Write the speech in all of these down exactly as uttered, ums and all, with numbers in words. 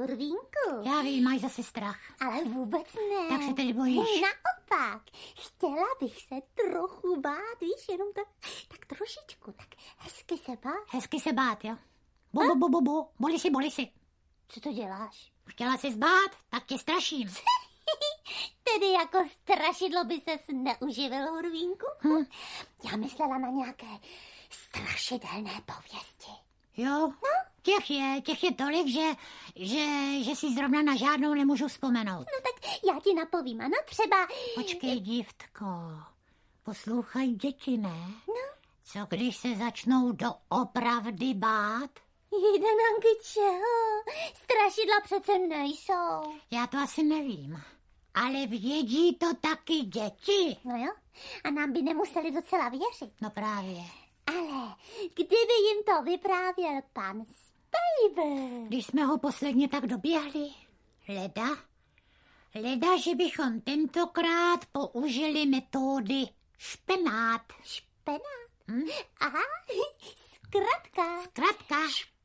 Hurvínku. Já vím, máš zase strach. Ale vůbec ne. Tak se teď bojíš. Naopak. Chtěla bych se trochu bát, víš, jenom tak, tak trošičku, tak hezky se bát. Hezky se bát, jo? Bu, bu, bu, bu, bu. Boli si, boli si. Co to děláš? Chtěla se zbát, tak tě straším. Tedy jako strašidlo by ses neuživil, Hurvínku? Hm. Já myslela na nějaké strašidelné pověsti. Jo, no? těch je, těch je tolik, že, že, že si zrovna na žádnou nemůžu vzpomenout. No tak já ti napovím, ano, třeba... Počkej, dívtko, poslouchaj děti, ne? No? Co když se začnou doopravdy bát? Jedenanky čeho? Strašidla přece nejsou. Já to asi nevím, ale vědí to taky děti. No jo, a nám by nemuseli docela věřit. No právě. Ale kdyby jim to vyprávěl pan Spejbl. Když jsme ho posledně tak doběhli, leda, leda, že bychom tentokrát použili metody špenát. Špenát? Hm? Aha, zkratka. Zkratka. Špenát.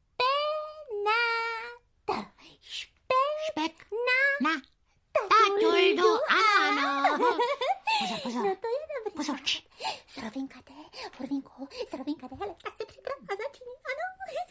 Špenát. Špek. Na. Tatuldu, ano. Pozor, pozor. No to je dobrý. Pozor. Zrovinkate, Hurvínku, zrovinkate, hele, tak se připrav a začni, ano.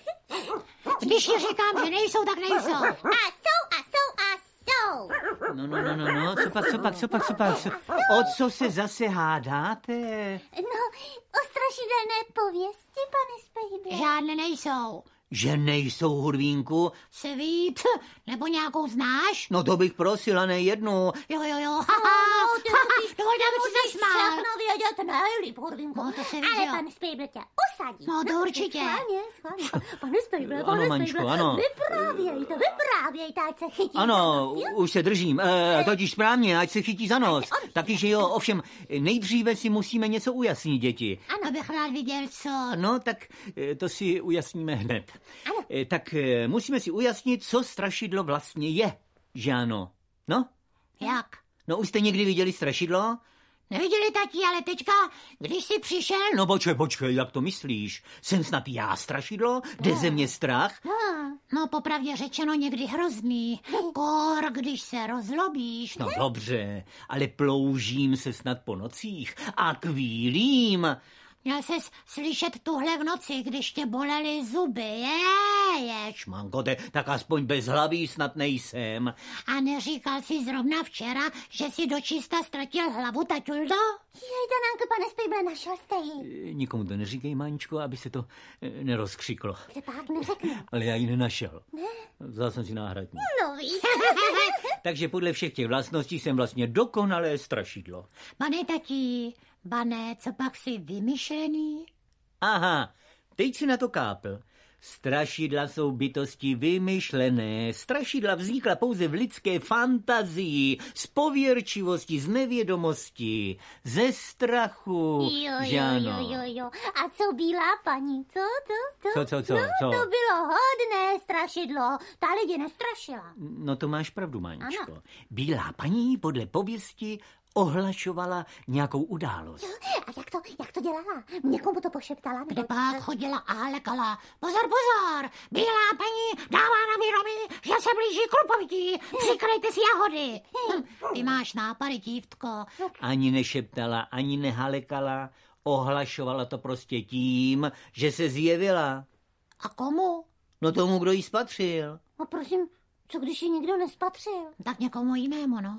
Když ji říkám, že nejsou, tak nejsou. A jsou, a jsou, a jsou. No, no, no, no, no, co pak, co pak, co pak, co pak, co, o co se zase hádáte? No, o strašidelné pověsti, pane Spejbl. Žádné nejsou. Že nejsou, Hurvínku? Se víc, nebo nějakou znáš? No to bych prosila, ne jednu. Jo, jo, jo, No, haha, ty haha, musíš, dovolte, ty abych se musíš zasmál. všechno vědět nejlíp, Hurvínku. No, to se ví, Ale jo. pan Spejbl tě usadí. No, to určitě. Schválně, schválně. Pane Spejbl, Ano, pane Maničko, Spejbl, ano. vyprávějte, vyprávějte, ať se chytí. Ano, za nos, jo? už se držím, e, totiž správně, ať se chytí za nos. Taky, že jo, ovšem, nejdříve si musíme něco ujasnit, děti. Ano, bych rád viděl, co. No, tak e, to si ujasníme hned. Ano. E, tak e, musíme si ujasnit, co strašidlo vlastně je, že ano? No? Jak? No, už jste někdy viděli strašidlo? Neviděli tati, ale teďka, když jsi přišel... No počkej, počkej, jak to myslíš? Jsem snad já strašidlo? Jde ze mě strach? No, popravdě řečeno někdy hrozný. Kor, když se rozlobíš. No dobře, ale ploužím se snad po nocích a kvílím. Měl ses slyšet tuhle v noci, když tě bolely zuby, je, je. Šmankote, tak aspoň bez hlavy snad nejsem. A neříkal jsi zrovna včera, že jsi dočista ztratil hlavu, taťuldo? Jejdanánku, pane Spejbl, našel jste ji. E, Nikomu to neříkej, Maničko, aby se to e, nerozkřiklo. Kde pak neřeknu. Ale já ji nenašel. Ne? Vzal jsem si náhradní. No víš. Takže podle všech těch vlastností jsem vlastně dokonalé strašidlo. Pane tati, Bané, co pak si vymyšlený? Aha, teď si na to kápl. Strašidla jsou bytosti vymyšlené. Strašidla vznikla pouze v lidské fantazii, z pověrčivosti, z nevědomosti, ze strachu. Jo, že jo, ano? jo, jo, jo. A co bílá paní? Co, co, co? Co, co, co, No, co? to bylo hodné strašidlo. Ta lidi nestrašila. No to máš pravdu, Maničko. Ano. Bílá paní podle pověsti ohlašovala nějakou událost. A jak to, jak to dělala? Někomu to pošeptala? Kde nebo- pak chodila a lekala. Pozor, pozor, bílá paní dává na vědomí, že se blíží klupovití. Přikrejte si jahody. Hm, ty máš nápady, dívtko. Ani nešeptala, ani nehalekala, ohlašovala to prostě tím, že se zjevila. A komu? No tomu, kdo jí spatřil. No prosím, co když ji nikdo nespatřil? Tak někomu jinému, no.